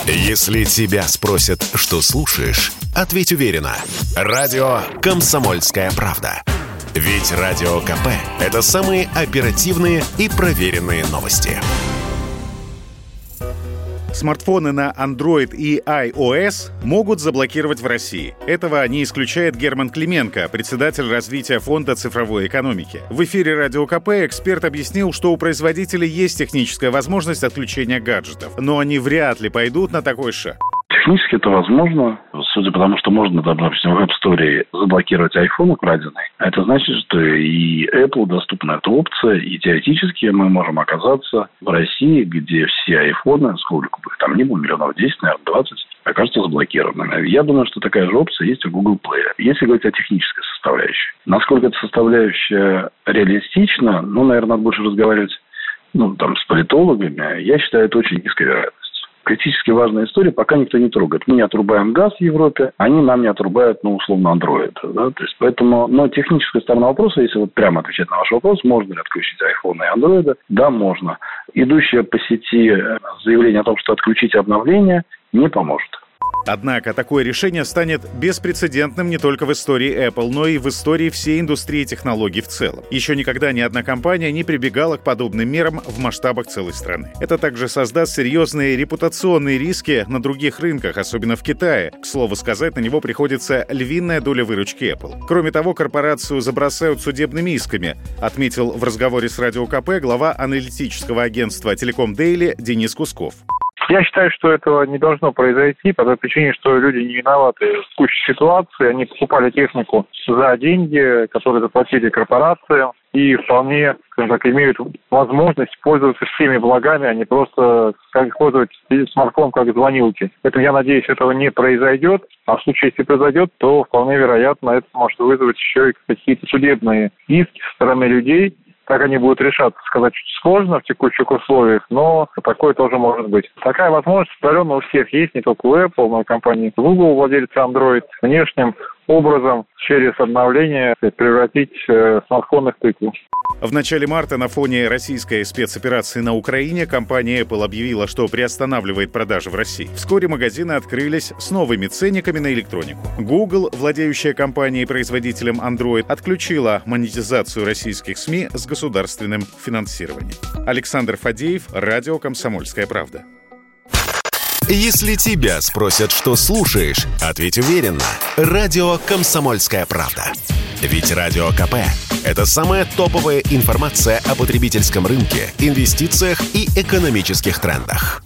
Если тебя спросят, что слушаешь, ответь уверенно. Радио «Комсомольская правда». Ведь Радио КП – это самые оперативные и проверенные новости. Смартфоны на Android и iOS могут заблокировать в России. Этого не исключает Герман Клименко, председатель развития Фонда цифровой экономики. В эфире Радио КП эксперт объяснил, что у производителей есть техническая возможность отключения гаджетов, но они вряд ли пойдут на такой шаг. Технически это возможно, судя по тому, что можно, допустим, в App Store заблокировать iPhone украденный. Это значит, что и Apple доступна эта опция, и теоретически мы можем оказаться в России, где все айфоны, сколько бы их там ни было, миллионов 10, наверное, 20, окажутся заблокированными. Я думаю, что такая же опция есть у Google Play. Если говорить о технической составляющей. Насколько эта составляющая реалистична, наверное, надо больше разговаривать с политологами. Я считаю, это очень низкая вероятность. Критически важная история, пока никто не трогает. Мы не отрубаем газ в Европе, они нам не отрубают, условно, Android. Да? То есть, поэтому, но техническая сторона вопроса, если прямо отвечать на ваш вопрос, можно ли отключить iPhone и Android? Да, можно. Идущее по сети заявление о том, что отключить обновление, не поможет. Однако такое решение станет беспрецедентным не только в истории Apple, но и в истории всей индустрии технологий в целом. Еще никогда ни одна компания не прибегала к подобным мерам в масштабах целой страны. Это также создаст серьезные репутационные риски на других рынках, особенно в Китае. К слову сказать, на него приходится львиная доля выручки Apple. Кроме того, корпорацию забросают судебными исками, отметил в разговоре с Радио КП глава аналитического агентства Telecom Daily Денис Кусков. Я считаю, что этого не должно произойти по той причине, что люди не виноваты в текущей ситуации. Они покупали технику за деньги, которые заплатили корпорациям, и вполне, имеют возможность пользоваться всеми благами, а не просто использовать смартфон как звонилки. Поэтому я надеюсь, этого не произойдет. А в случае, если произойдет, то вполне вероятно, это может вызвать еще и какие-то судебные иски со стороны людей. Как они будут решаться, сказать чуть сложно в текущих условиях, но такое тоже может быть. Такая возможность определенно у всех есть, не только у Apple, но и компании Google, владельцы Android, внешним образом через обновление превратить смартфоны в тыкву. В начале марта на фоне российской спецоперации на Украине компания Apple объявила, что приостанавливает продажи в России. Вскоре магазины открылись с новыми ценниками на электронику. Google, владеющая компанией-производителем Android, отключила монетизацию российских СМИ с государственным финансированием. Александр Фадеев, Радио «Комсомольская правда». Если тебя спросят, что слушаешь, ответь уверенно. Радио «Комсомольская правда». Ведь Радио КП – это самая топовая информация о потребительском рынке, инвестициях и экономических трендах.